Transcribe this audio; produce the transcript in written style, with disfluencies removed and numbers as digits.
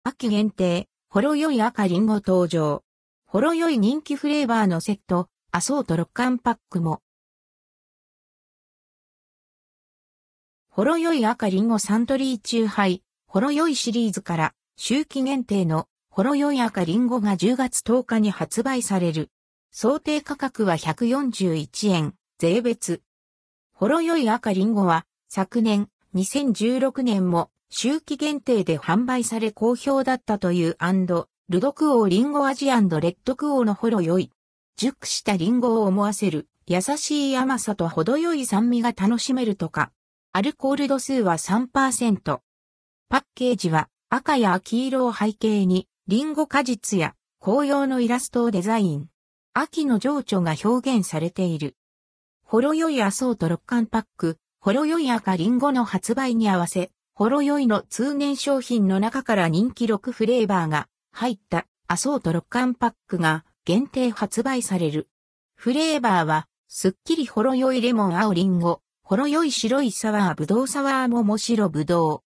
秋限定、ほろ酔い赤リンゴ登場。ほろ酔い人気フレーバーのセット、アソート6缶パックも。ほろ酔い赤リンゴサントリーチューハイ、ほろ酔いシリーズから、秋季限定のほろ酔い赤リンゴが10月10日に発売される。想定価格は141円、税別。ほろ酔い赤リンゴは、昨年、2016年も、秋季限定で販売され好評だったというルドクオーリンゴ味&レッドクオーのほろ酔い。熟したリンゴを思わせる、優しい甘さと程よい酸味が楽しめるとか。アルコール度数は 3%。パッケージは赤や黄色を背景にリンゴ果実や紅葉のイラストをデザイン。秋の情緒が表現されている。ほろ酔いアソート6缶パック、ほろ酔い赤リンゴの発売に合わせ、ほろ酔いの通年商品の中から人気6フレーバーが入ったアソート6缶パックが限定発売される。フレーバーは、すっきりほろ酔いレモン青リンゴ。ほろ酔い白いサワーぶどうサワー桃白ぶどう。